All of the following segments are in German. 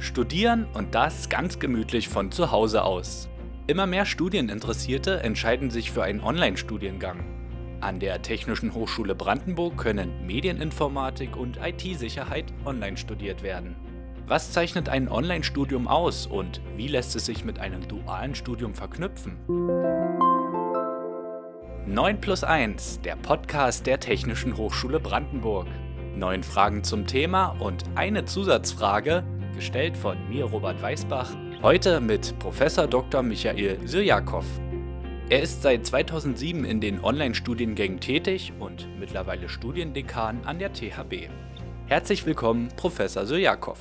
Studieren und das ganz gemütlich von zu Hause aus. Immer mehr Studieninteressierte entscheiden sich für einen Online-Studiengang. An der Technischen Hochschule Brandenburg können Medieninformatik und IT-Sicherheit online studiert werden. Was zeichnet ein Online-Studium aus und wie lässt es sich mit einem dualen Studium verknüpfen? 9+1, der Podcast der Technischen Hochschule Brandenburg. 9 Fragen zum Thema und eine Zusatzfrage, gestellt von mir, Robert Weißbach, heute mit Prof. Dr. Michael Syrjakow. Er ist seit 2007 in den Online-Studiengängen tätig und mittlerweile Studiendekan an der THB. Herzlich willkommen, Prof. Syrjakow.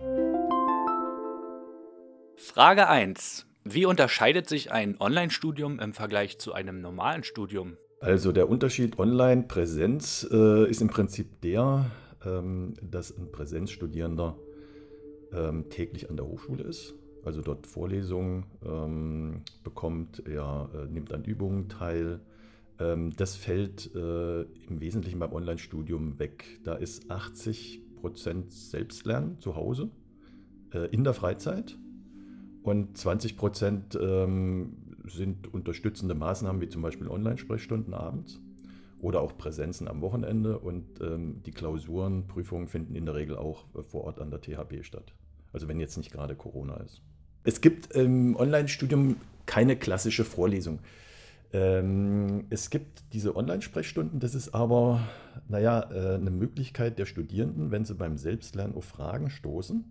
Frage 1. Wie unterscheidet sich ein Online-Studium im Vergleich zu einem normalen Studium? Also der Unterschied Online-Präsenz ist im Prinzip der, dass ein Präsenzstudierender täglich an der Hochschule ist, also dort Vorlesungen bekommt, er nimmt an Übungen teil. Das fällt im Wesentlichen beim Online-Studium weg. Da ist 80% Selbstlernen zu Hause in der Freizeit und 20% sind unterstützende Maßnahmen wie zum Beispiel Online-Sprechstunden abends oder auch Präsenzen am Wochenende und die Klausuren, Prüfungen finden in der Regel auch vor Ort an der THB statt. Also wenn jetzt nicht gerade Corona ist. Es gibt im Online-Studium keine klassische Vorlesung. Es gibt diese Online-Sprechstunden, das ist aber eine Möglichkeit der Studierenden, wenn sie beim Selbstlernen auf Fragen stoßen,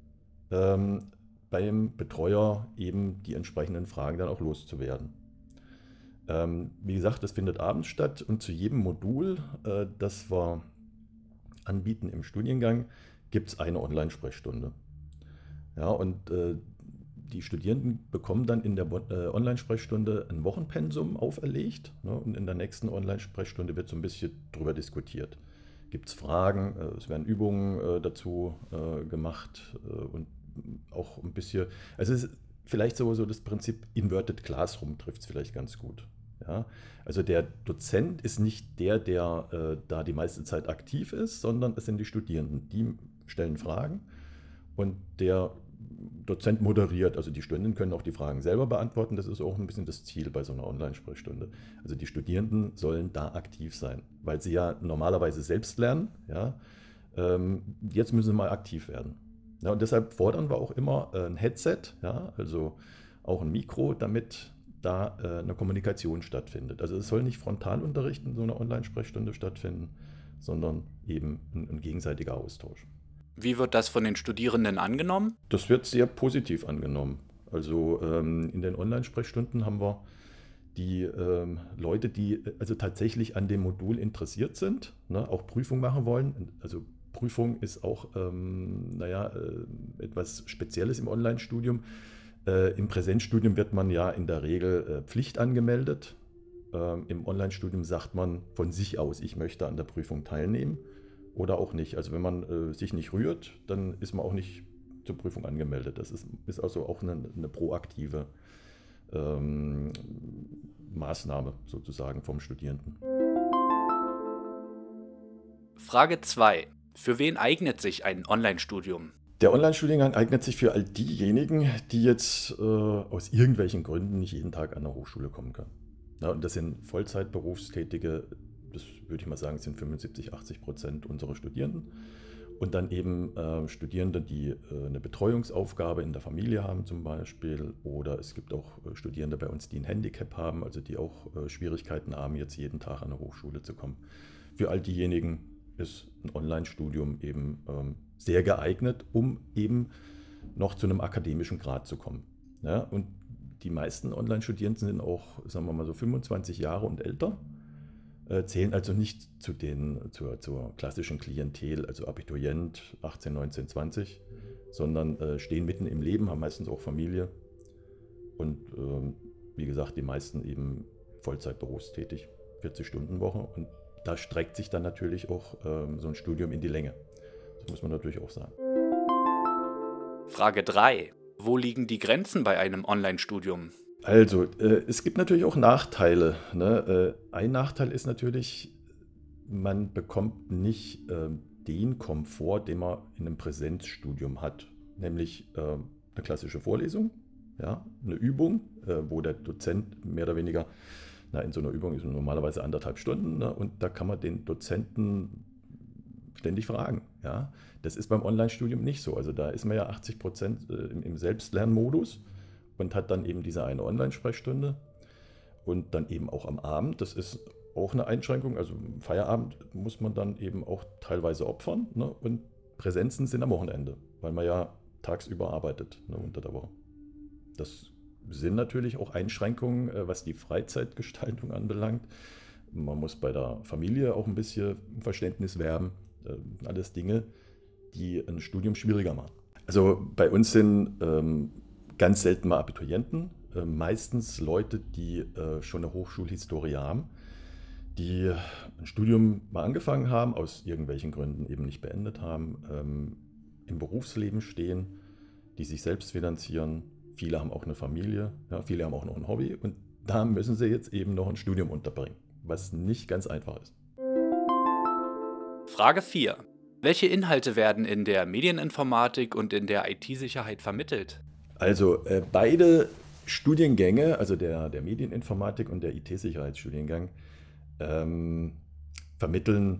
beim Betreuer eben die entsprechenden Fragen dann auch loszuwerden. Wie gesagt, das findet abends statt und zu jedem Modul, das wir anbieten im Studiengang, gibt es eine Online-Sprechstunde. Ja, und die Studierenden bekommen dann in der Online-Sprechstunde ein Wochenpensum auferlegt, ne, und in der nächsten Online-Sprechstunde wird so ein bisschen drüber diskutiert. Gibt es Fragen, es werden Übungen dazu gemacht und auch ein bisschen, also es ist vielleicht so das Prinzip Inverted Classroom trifft es vielleicht ganz gut. Ja? Also der Dozent ist nicht der da die meiste Zeit aktiv ist, sondern es sind die Studierenden, die stellen Fragen und der Dozent moderiert, also die Studierenden können auch die Fragen selber beantworten, das ist auch ein bisschen das Ziel bei so einer Online-Sprechstunde. Also die Studierenden sollen da aktiv sein, weil sie ja normalerweise selbst lernen, ja? Jetzt müssen sie mal aktiv werden. Ja, und deshalb fordern wir auch immer ein Headset, ja, also auch ein Mikro, damit da eine Kommunikation stattfindet. Also es soll nicht Frontalunterricht in so einer Online-Sprechstunde stattfinden, sondern eben ein gegenseitiger Austausch. Wie wird das von den Studierenden angenommen? Das wird sehr positiv angenommen. Also in den Online-Sprechstunden haben wir die Leute, die also tatsächlich an dem Modul interessiert sind, ne, auch Prüfung machen wollen. Also Prüfung ist auch etwas Spezielles im Online-Studium. Im Präsenzstudium wird man ja in der Regel Pflicht angemeldet. Im Online-Studium sagt man von sich aus, ich möchte an der Prüfung teilnehmen oder auch nicht. Also wenn man sich nicht rührt, dann ist man auch nicht zur Prüfung angemeldet. Das ist also auch eine proaktive Maßnahme sozusagen vom Studierenden. Frage 2. Für wen eignet sich ein Online-Studium? Der Online-Studiengang eignet sich für all diejenigen, die jetzt aus irgendwelchen Gründen nicht jeden Tag an der Hochschule kommen können. Ja, und das sind Vollzeitberufstätige, das würde ich mal sagen, sind 75-80% unserer Studierenden. Und dann eben Studierende, die eine Betreuungsaufgabe in der Familie haben zum Beispiel. Oder es gibt auch Studierende bei uns, die ein Handicap haben, also die auch Schwierigkeiten haben, jetzt jeden Tag an der Hochschule zu kommen. Für all diejenigen ist ein Online-Studium eben sehr geeignet, um eben noch zu einem akademischen Grad zu kommen. Ja, und die meisten Online-Studierenden sind auch, sagen wir mal so 25 Jahre und älter, zählen also nicht zur klassischen Klientel, also Abiturient 18, 19, 20, sondern stehen mitten im Leben, haben meistens auch Familie und wie gesagt, die meisten eben Vollzeitberufstätig, 40-Stunden-Woche und da streckt sich dann natürlich auch so ein Studium in die Länge. Das muss man natürlich auch sagen. Frage 3. Wo liegen die Grenzen bei einem Online-Studium? Also, es gibt natürlich auch Nachteile, ne? Ein Nachteil ist natürlich, man bekommt nicht den Komfort, den man in einem Präsenzstudium hat. nämlich eine klassische Vorlesung, ja, eine Übung, wo der Dozent mehr oder weniger, in so einer Übung ist normalerweise 1,5 Stunden, ne, und da kann man den Dozenten ständig fragen. Ja. Das ist beim Online-Studium nicht so. Also da ist man ja 80% im Selbstlernmodus und hat dann eben diese eine Online-Sprechstunde und dann eben auch am Abend. Das ist auch eine Einschränkung. Also Feierabend muss man dann eben auch teilweise opfern, ne? Und Präsenzen sind am Wochenende, weil man ja tagsüber arbeitet, ne, unter der Woche. Das sind natürlich auch Einschränkungen, was die Freizeitgestaltung anbelangt. Man muss bei der Familie auch ein bisschen Verständnis werben. Alles Dinge, die ein Studium schwieriger machen. Also bei uns sind ganz selten mal Abiturienten, meistens Leute, die schon eine Hochschulhistorie haben, die ein Studium mal angefangen haben, aus irgendwelchen Gründen eben nicht beendet haben, im Berufsleben stehen, die sich selbst finanzieren. Viele haben auch eine Familie, ja, viele haben auch noch ein Hobby und da müssen sie jetzt eben noch ein Studium unterbringen, was nicht ganz einfach ist. Frage 4. Welche Inhalte werden in der Medieninformatik und in der IT-Sicherheit vermittelt? Also beide Studiengänge, also der Medieninformatik und der IT-Sicherheitsstudiengang, vermitteln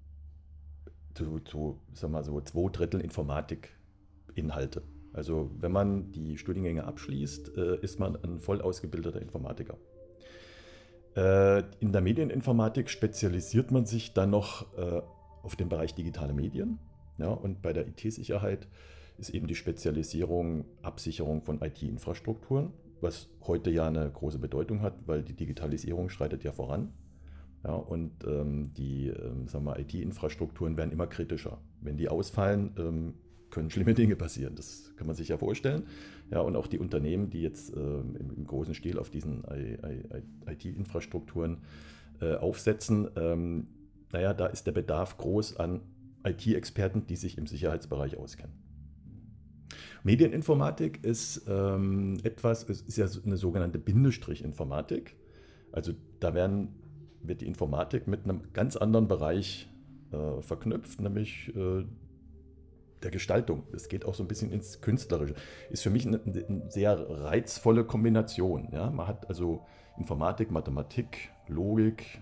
sagen wir mal so 2/3 Informatik-Inhalte. Also wenn man die Studiengänge abschließt, ist man ein voll ausgebildeter Informatiker. In der Medieninformatik spezialisiert man sich dann noch auf den Bereich digitale Medien. Ja, und bei der IT-Sicherheit ist eben die Spezialisierung Absicherung von IT-Infrastrukturen, was heute ja eine große Bedeutung hat, weil die Digitalisierung schreitet ja voran. Ja, und die sagen wir, IT-Infrastrukturen werden immer kritischer. Wenn die ausfallen, können schlimme Dinge passieren. Das kann man sich ja vorstellen. Ja, und auch die Unternehmen, die jetzt im großen Stil auf diesen IT-Infrastrukturen aufsetzen, da ist der Bedarf groß an IT-Experten, die sich im Sicherheitsbereich auskennen. Medieninformatik ist ist ja eine sogenannte Bindestrich-Informatik. Also da wird die Informatik mit einem ganz anderen Bereich verknüpft, nämlich der Gestaltung. Es geht auch so ein bisschen ins Künstlerische. Ist für mich eine sehr reizvolle Kombination. Ja? Man hat also Informatik, Mathematik, Logik,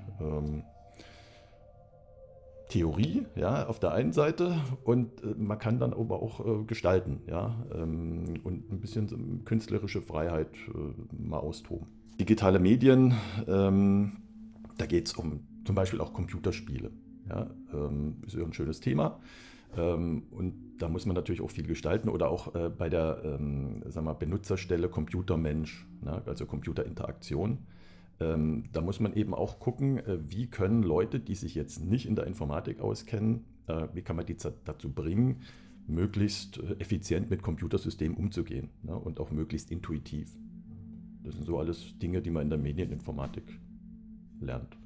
Theorie, ja, auf der einen Seite und man kann dann aber auch gestalten, ja, und ein bisschen künstlerische Freiheit mal austoben. Digitale Medien, da geht es um zum Beispiel auch Computerspiele. Ja, ist ja ein schönes Thema. Und da muss man natürlich auch viel gestalten oder auch bei der Benutzerstelle Computermensch, ne, also Computerinteraktion. Da muss man eben auch gucken, wie können Leute, die sich jetzt nicht in der Informatik auskennen, wie kann man die dazu bringen, möglichst effizient mit Computersystemen umzugehen, ne, und auch möglichst intuitiv. Das sind so alles Dinge, die man in der Medieninformatik lernt.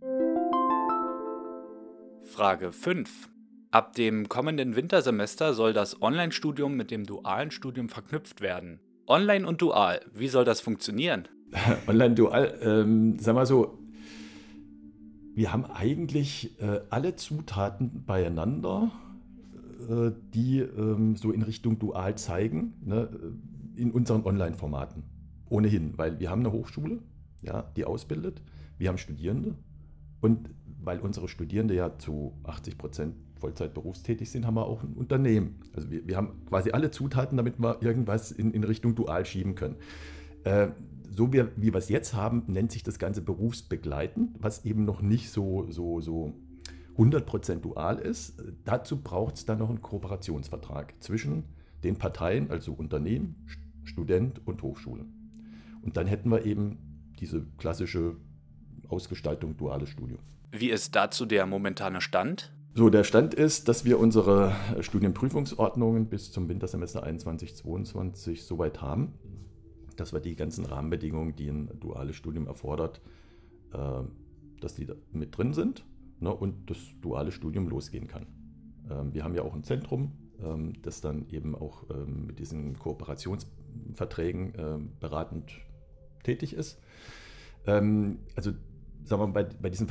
Frage 5. Ab dem kommenden Wintersemester soll das Online-Studium mit dem dualen Studium verknüpft werden. Online und dual, wie soll das funktionieren? Online-dual, sagen wir mal so, wir haben eigentlich alle Zutaten beieinander, die so in Richtung dual zeigen, ne, in unseren Online-Formaten. Ohnehin, weil wir haben eine Hochschule, ja, die ausbildet, wir haben Studierende und weil unsere Studierende ja zu 80% Vollzeit berufstätig sind, haben wir auch ein Unternehmen. Also wir haben quasi alle Zutaten, damit wir irgendwas in Richtung dual schieben können. So wie wir es jetzt haben, nennt sich das Ganze berufsbegleitend, was eben noch nicht so 100% dual ist. Dazu braucht es dann noch einen Kooperationsvertrag zwischen den Parteien, also Unternehmen, Student und Hochschule. Und dann hätten wir eben diese klassische Ausgestaltung duales Studium. Wie ist dazu der momentane Stand? So, der Stand ist, dass wir unsere Studienprüfungsordnungen bis zum Wintersemester 2021/22 soweit haben, dass wir die ganzen Rahmenbedingungen, die ein duales Studium erfordert, dass die da mit drin sind, ne, und das duale Studium losgehen kann. Wir haben ja auch ein Zentrum, das dann eben auch mit diesen Kooperationsverträgen beratend tätig ist. Also sagen wir mal, bei diesen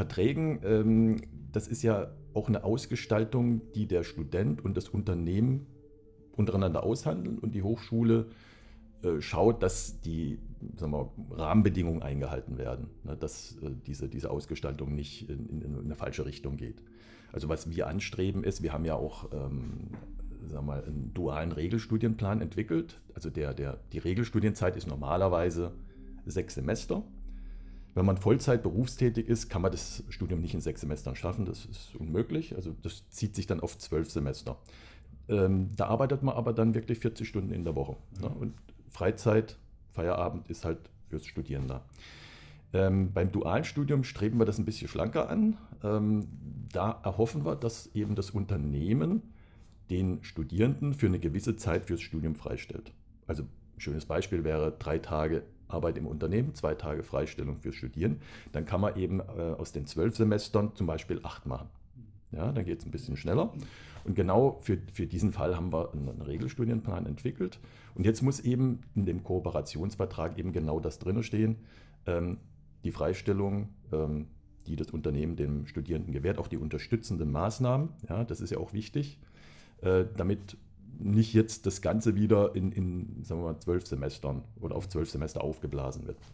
Verträgen, das ist ja auch eine Ausgestaltung, die der Student und das Unternehmen untereinander aushandeln und die Hochschule schaut, dass die Rahmenbedingungen eingehalten werden, ne, dass diese Ausgestaltung nicht in eine falsche Richtung geht. Also was wir anstreben ist, wir haben ja auch einen dualen Regelstudienplan entwickelt. Also die Regelstudienzeit ist normalerweise 6 Semester. Wenn man Vollzeit berufstätig ist, kann man das Studium nicht in 6 Semestern schaffen. Das ist unmöglich. Also das zieht sich dann auf 12 Semester. Da arbeitet man aber dann wirklich 40 Stunden in der Woche. Ne? Und Freizeit, Feierabend ist halt fürs Studieren da. Beim dualen Studium streben wir das ein bisschen schlanker an. Da erhoffen wir, dass eben das Unternehmen den Studierenden für eine gewisse Zeit fürs Studium freistellt. Also ein schönes Beispiel wäre 3 Tage Arbeit im Unternehmen, 2 Tage Freistellung fürs Studieren. Dann kann man eben aus den 12 Semestern zum Beispiel 8 machen. Ja, dann geht es ein bisschen schneller. Und genau für diesen Fall haben wir einen Regelstudienplan entwickelt. Und jetzt muss eben in dem Kooperationsvertrag eben genau das drin stehen. Die Freistellung, die das Unternehmen dem Studierenden gewährt, auch die unterstützenden Maßnahmen. Ja, das ist ja auch wichtig, damit nicht jetzt das Ganze wieder in sagen wir mal, 12 Semestern oder auf 12 Semester aufgeblasen wird.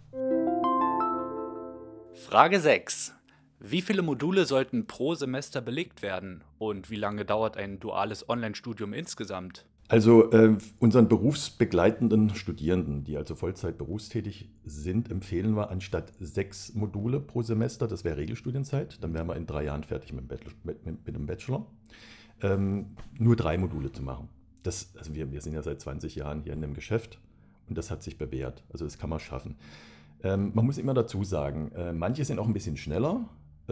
Frage 6. Wie viele Module sollten pro Semester belegt werden und wie lange dauert ein duales Online-Studium insgesamt? Also unseren berufsbegleitenden Studierenden, die also Vollzeit berufstätig sind, empfehlen wir anstatt 6 Module pro Semester, das wäre Regelstudienzeit, dann wären wir in 3 Jahren fertig mit dem Bachelor, nur 3 Module zu machen. Also wir sind ja seit 20 Jahren hier in dem Geschäft und das hat sich bewährt, also das kann man schaffen. Man muss immer dazu sagen, manche sind auch ein bisschen schneller,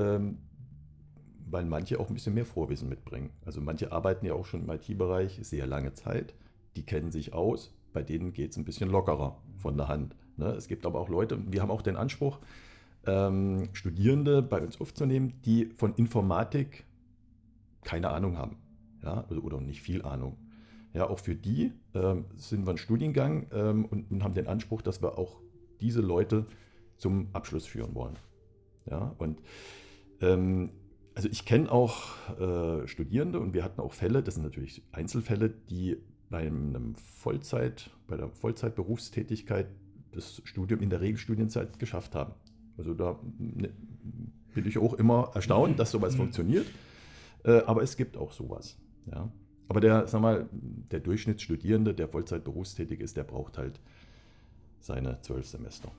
weil manche auch ein bisschen mehr Vorwissen mitbringen. Also manche arbeiten ja auch schon im IT-Bereich sehr lange Zeit, die kennen sich aus, bei denen geht es ein bisschen lockerer von der Hand. Ne? Es gibt aber auch Leute, wir haben auch den Anspruch, Studierende bei uns aufzunehmen, die von Informatik keine Ahnung haben, ja? Oder nicht viel Ahnung. Ja, auch für die sind wir ein Studiengang und haben den Anspruch, dass wir auch diese Leute zum Abschluss führen wollen. Ja, und also ich kenne auch Studierende und wir hatten auch Fälle, das sind natürlich Einzelfälle, die bei der Vollzeitberufstätigkeit das Studium in der Regelstudienzeit geschafft haben. Also da bin ich auch immer erstaunt, dass sowas funktioniert, aber es gibt auch sowas. Ja. Aber der Durchschnittsstudierende, der Vollzeit berufstätig ist, der braucht halt seine 12 Semester.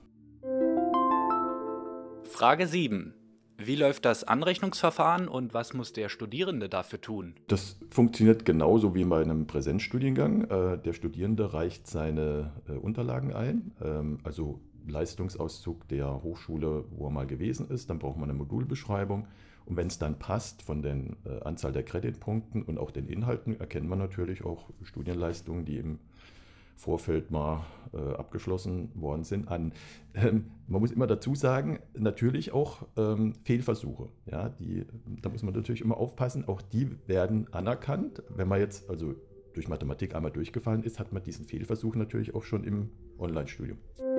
Frage 7. Wie läuft das Anrechnungsverfahren und was muss der Studierende dafür tun? Das funktioniert genauso wie bei einem Präsenzstudiengang. Der Studierende reicht seine Unterlagen ein, also Leistungsauszug der Hochschule, wo er mal gewesen ist. Dann braucht man eine Modulbeschreibung. Und wenn es dann passt von der Anzahl der Kreditpunkten und auch den Inhalten, erkennt man natürlich auch Studienleistungen, die im Vorfeld mal abgeschlossen worden sind, an. Man muss immer dazu sagen, natürlich auch Fehlversuche. Ja, da muss man natürlich immer aufpassen, auch die werden anerkannt. Wenn man jetzt also durch Mathematik einmal durchgefallen ist, hat man diesen Fehlversuch natürlich auch schon im Online-Studium.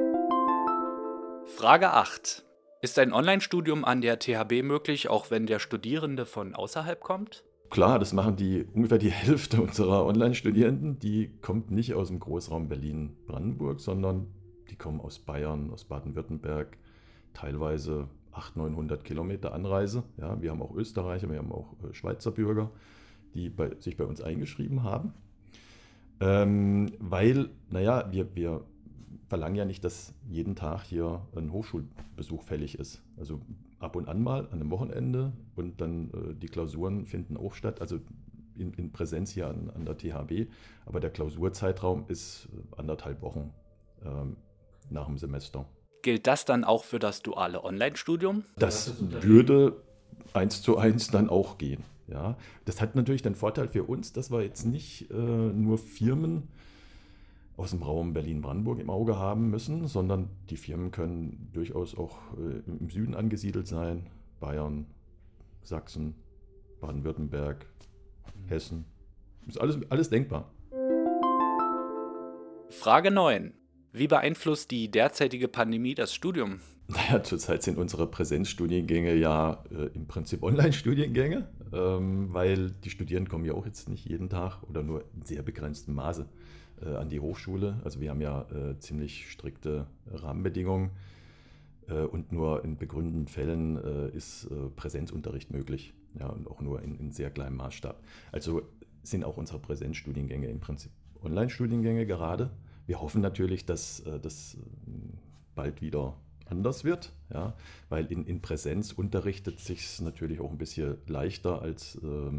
Frage 8. Ist ein Online-Studium an der THB möglich, auch wenn der Studierende von außerhalb kommt? Klar, das machen ungefähr die Hälfte unserer Online-Studierenden. Die kommt nicht aus dem Großraum Berlin-Brandenburg, sondern die kommen aus Bayern, aus Baden-Württemberg, teilweise 800-900 Kilometer Anreise. Ja, wir haben auch Österreicher, wir haben auch Schweizer Bürger, die sich bei uns eingeschrieben haben. Weil, wir verlangen ja nicht, dass jeden Tag hier ein Hochschulbesuch fällig ist. Also ab und an mal an einem Wochenende und dann die Klausuren finden auch statt, also in Präsenz hier an der THB. Aber der Klausurzeitraum ist 1,5 Wochen nach dem Semester. Gilt das dann auch für das duale Online-Studium? Das würde 1:1 dann auch gehen. Ja. Das hat natürlich den Vorteil für uns, dass wir jetzt nicht nur Firmen aus dem Raum Berlin-Brandenburg im Auge haben müssen, sondern die Firmen können durchaus auch im Süden angesiedelt sein, Bayern, Sachsen, Baden-Württemberg, Hessen, ist alles denkbar. Frage 9. Wie beeinflusst die derzeitige Pandemie das Studium? Naja, zurzeit sind unsere Präsenzstudiengänge ja im Prinzip Online-Studiengänge. weil die Studierenden kommen ja auch jetzt nicht jeden Tag oder nur in sehr begrenztem Maße an die Hochschule. Also wir haben ja ziemlich strikte Rahmenbedingungen und nur in begründeten Fällen ist Präsenzunterricht möglich, ja, und auch nur in sehr kleinem Maßstab. Also sind auch unsere Präsenzstudiengänge im Prinzip Online-Studiengänge gerade. Wir hoffen natürlich, dass das bald wieder anders wird, ja, weil in Präsenz unterrichtet sich natürlich auch ein bisschen leichter als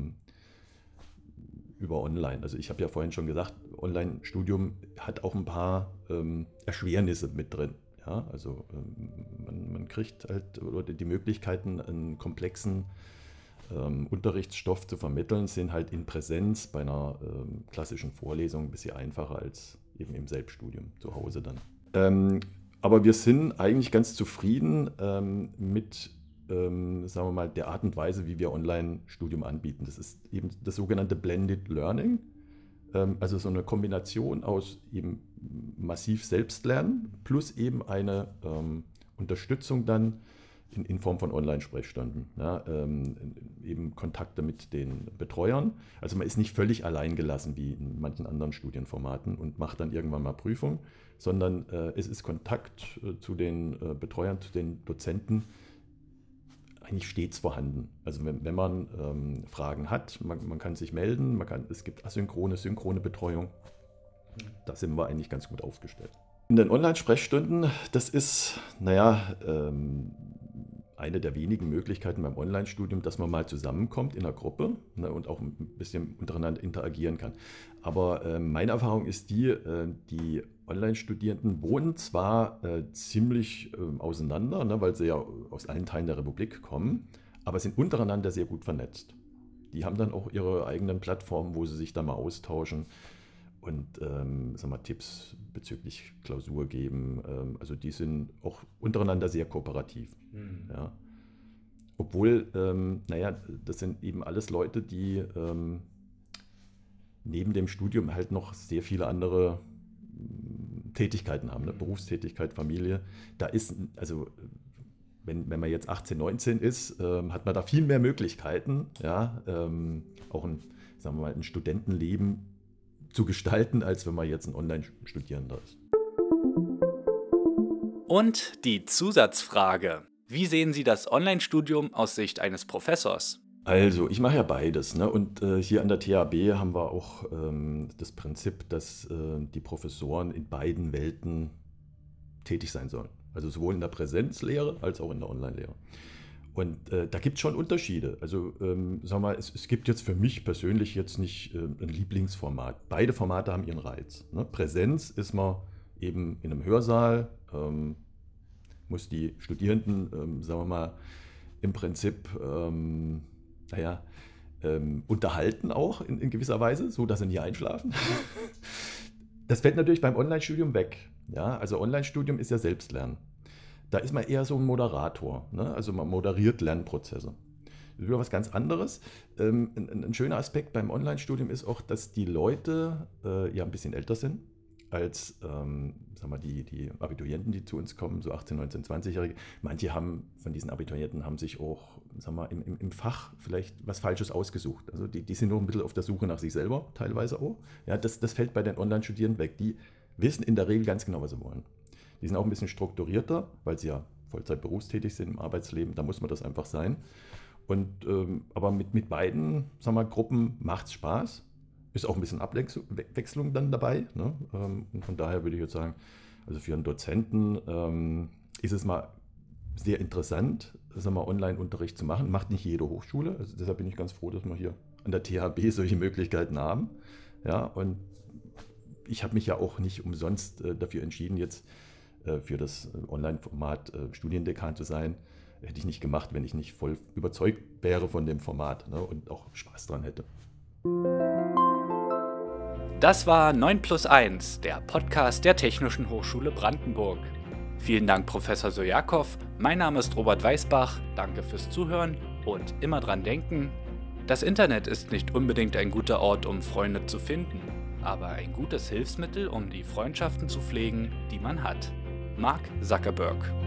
über Online. Also ich habe ja vorhin schon gesagt, Online-Studium hat auch ein paar Erschwernisse mit drin. Ja, also man kriegt halt oder die Möglichkeiten, einen komplexen Unterrichtsstoff zu vermitteln, sind halt in Präsenz bei einer klassischen Vorlesung ein bisschen einfacher als eben im Selbststudium zu Hause dann. Aber wir sind eigentlich ganz zufrieden mit, sagen wir mal, der Art und Weise, wie wir Online-Studium anbieten. Das ist eben das sogenannte Blended Learning, also so eine Kombination aus eben massiv Selbstlernen plus eben eine Unterstützung dann in Form von Online-Sprechstunden, ja, eben Kontakte mit den Betreuern. Also man ist nicht völlig allein gelassen wie in manchen anderen Studienformaten und macht dann irgendwann mal Prüfung, sondern es ist Kontakt zu den Betreuern, zu den Dozenten eigentlich stets vorhanden. Also wenn man Fragen hat, man kann sich melden, es gibt asynchrone, synchrone Betreuung. Da sind wir eigentlich ganz gut aufgestellt. In den Online-Sprechstunden, das ist, eine der wenigen Möglichkeiten beim Online-Studium, dass man mal zusammenkommt in einer Gruppe, ne, und auch ein bisschen untereinander interagieren kann. Aber meine Erfahrung ist die Online-Studierenden wohnen zwar ziemlich auseinander, ne, weil sie ja aus allen Teilen der Republik kommen, aber sind untereinander sehr gut vernetzt. Die haben dann auch ihre eigenen Plattformen, wo sie sich da mal austauschen und Tipps bezüglich Klausur geben. Also die sind auch untereinander sehr kooperativ. Mhm. Ja. Obwohl, das sind eben alles Leute, die neben dem Studium halt noch sehr viele andere Tätigkeiten haben, ne? Berufstätigkeit, Familie. Da ist, also wenn man jetzt 18, 19 ist, hat man da viel mehr Möglichkeiten, ja, auch ein Studentenleben zu gestalten, als wenn man jetzt ein Online-Studierender ist. Und die Zusatzfrage: Wie sehen Sie das Online-Studium aus Sicht eines Professors? Also, ich mache ja beides, ne? Und hier an der THB haben wir auch das Prinzip, dass die Professoren in beiden Welten tätig sein sollen. Also sowohl in der Präsenzlehre als auch in der Online-Lehre. Und da gibt es schon Unterschiede. Also es gibt jetzt für mich persönlich jetzt nicht ein Lieblingsformat. Beide Formate haben ihren Reiz. Ne? Präsenz ist man eben in einem Hörsaal, muss die Studierenden, im Prinzip unterhalten auch in gewisser Weise, so dass sie nie einschlafen. Das fällt natürlich beim Online-Studium weg. Ja? Also Online-Studium ist ja Selbstlernen. Da ist man eher so ein Moderator, ne? Also man moderiert Lernprozesse. Das ist wieder was ganz anderes. Ein schöner Aspekt beim Online-Studium ist auch, dass die Leute ja ein bisschen älter sind als die Abiturienten, die zu uns kommen, so 18, 19, 20-Jährige. Manche von diesen Abiturienten haben sich auch im Fach vielleicht was Falsches ausgesucht. Also die sind nur ein bisschen auf der Suche nach sich selber, teilweise auch. Ja, das fällt bei den Online-Studierenden weg. Die wissen in der Regel ganz genau, was sie wollen. Die sind auch ein bisschen strukturierter, weil sie ja Vollzeit berufstätig sind im Arbeitsleben. Da muss man das einfach sein. Und, aber mit beiden Gruppen macht es Spaß. Ist auch ein bisschen Abwechslung dann dabei. Ne? Und von daher würde ich jetzt sagen, also für einen Dozenten ist es mal sehr interessant, Online-Unterricht zu machen. Macht nicht jede Hochschule. Also deshalb bin ich ganz froh, dass wir hier an der THB solche Möglichkeiten haben. Ja, und ich habe mich ja auch nicht umsonst dafür entschieden, jetzt für das Online-Format Studiendekan zu sein. Hätte ich nicht gemacht, wenn ich nicht voll überzeugt wäre von dem Format, ne, und auch Spaß dran hätte. Das war 9+1, der Podcast der Technischen Hochschule Brandenburg. Vielen Dank, Professor Sojakow. Mein Name ist Robert Weisbach. Danke fürs Zuhören und immer dran denken: Das Internet ist nicht unbedingt ein guter Ort, um Freunde zu finden, aber ein gutes Hilfsmittel, um die Freundschaften zu pflegen, die man hat. Mark Zuckerberg.